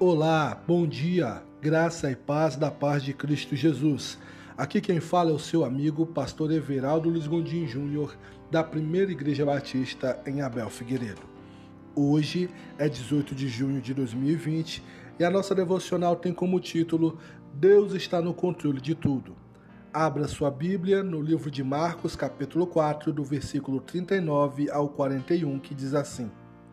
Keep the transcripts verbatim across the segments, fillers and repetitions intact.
Olá, bom dia, graça e paz da paz de Cristo Jesus. Aqui quem fala é o seu amigo, pastor Everaldo Luiz Gondim Júnior, da Primeira Igreja Batista em Abel Figueiredo. Hoje é dezoito de junho de dois mil e vinte e a nossa devocional tem como título Deus está no controle de tudo. Abra sua Bíblia no livro de Marcos, capítulo quatro, do versículo trinta e nove ao quarenta e um, que diz assim: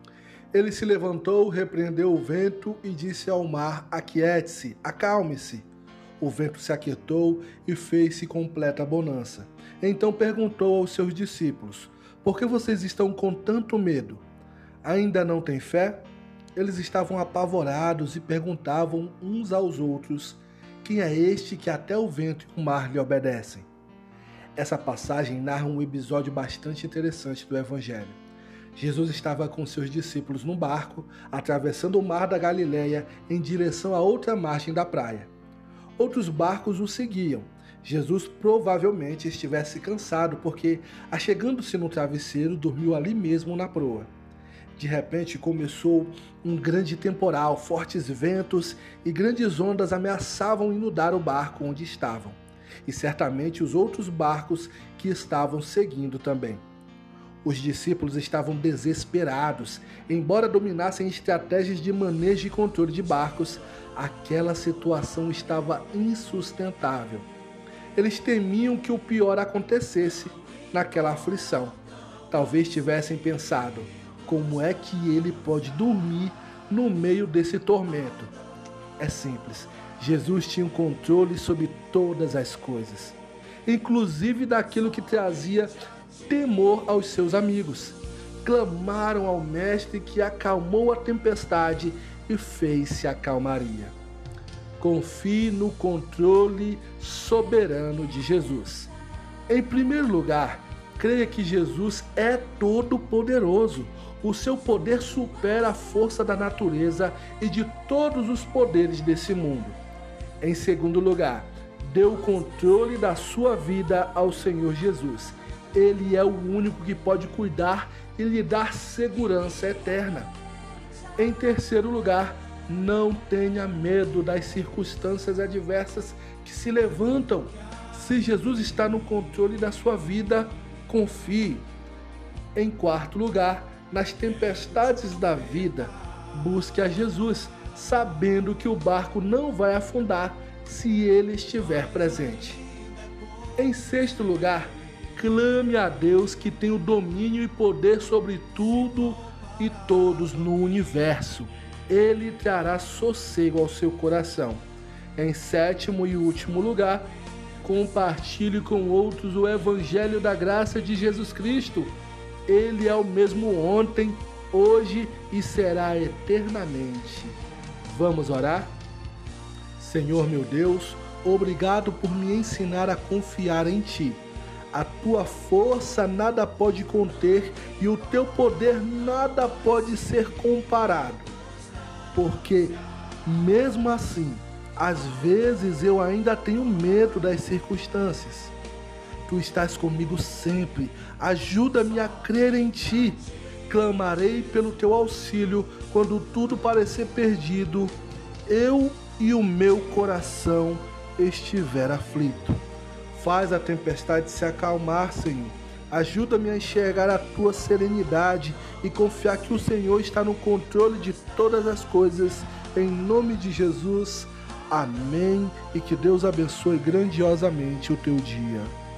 Ele se levantou, repreendeu o vento e disse ao mar: Aquiete-se, acalme-se. O vento se aquietou e fez-se completa bonança. Então perguntou aos seus discípulos: Por que vocês estão com tanto medo? Ainda não têm fé? Eles estavam apavorados e perguntavam uns aos outros: Quem é este que até o vento e o mar lhe obedecem? Essa passagem narra um episódio bastante interessante do Evangelho. Jesus estava com seus discípulos num barco, atravessando o mar da Galileia em direção à outra margem da praia. Outros barcos o seguiam. Jesus provavelmente estivesse cansado porque, achegando-se no travesseiro, dormiu ali mesmo na proa. De repente começou um grande temporal, fortes ventos e grandes ondas ameaçavam inundar o barco onde estavam, e certamente os outros barcos que estavam seguindo também. Os discípulos estavam desesperados. Embora dominassem estratégias de manejo e controle de barcos, aquela situação estava insustentável. Eles temiam que o pior acontecesse naquela aflição. Talvez tivessem pensado: como é que ele pode dormir no meio desse tormento? É simples. Jesus tinha o controle sobre todas as coisas, inclusive daquilo que trazia temor aos seus amigos. Clamaram ao Mestre, que acalmou a tempestade e fez-se a calmaria. Confie no controle soberano de Jesus. Em primeiro lugar, creia que Jesus é todo-poderoso. O seu poder supera a força da natureza e de todos os poderes desse mundo. Em segundo lugar, dê o controle da sua vida ao Senhor Jesus. Ele é o único que pode cuidar e lhe dar segurança eterna. Em terceiro lugar, não tenha medo das circunstâncias adversas que se levantam. Se Jesus está no controle da sua vida, confie. Em quarto lugar, nas tempestades da vida, busque a Jesus, sabendo que o barco não vai afundar se ele estiver presente. Em sexto lugar, clame a Deus, que tem o domínio e poder sobre tudo e todos no universo. Ele trará sossego ao seu coração. Em sétimo e último lugar, compartilhe com outros o Evangelho da graça de Jesus Cristo. Ele é o mesmo ontem, hoje e será eternamente. Vamos orar? Senhor meu Deus, obrigado por me ensinar a confiar em Ti. A Tua força nada pode conter e o Teu poder nada pode ser comparado. Porque, mesmo assim, às vezes eu ainda tenho medo das circunstâncias. Tu estás comigo sempre. Ajuda-me a crer em Ti. Clamarei pelo Teu auxílio quando tudo parecer perdido, eu e o meu coração estiver aflito. Faz a tempestade se acalmar, Senhor. Ajuda-me a enxergar a Tua serenidade e confiar que o Senhor está no controle de todas as coisas. Em nome de Jesus, amém. E que Deus abençoe grandiosamente o teu dia.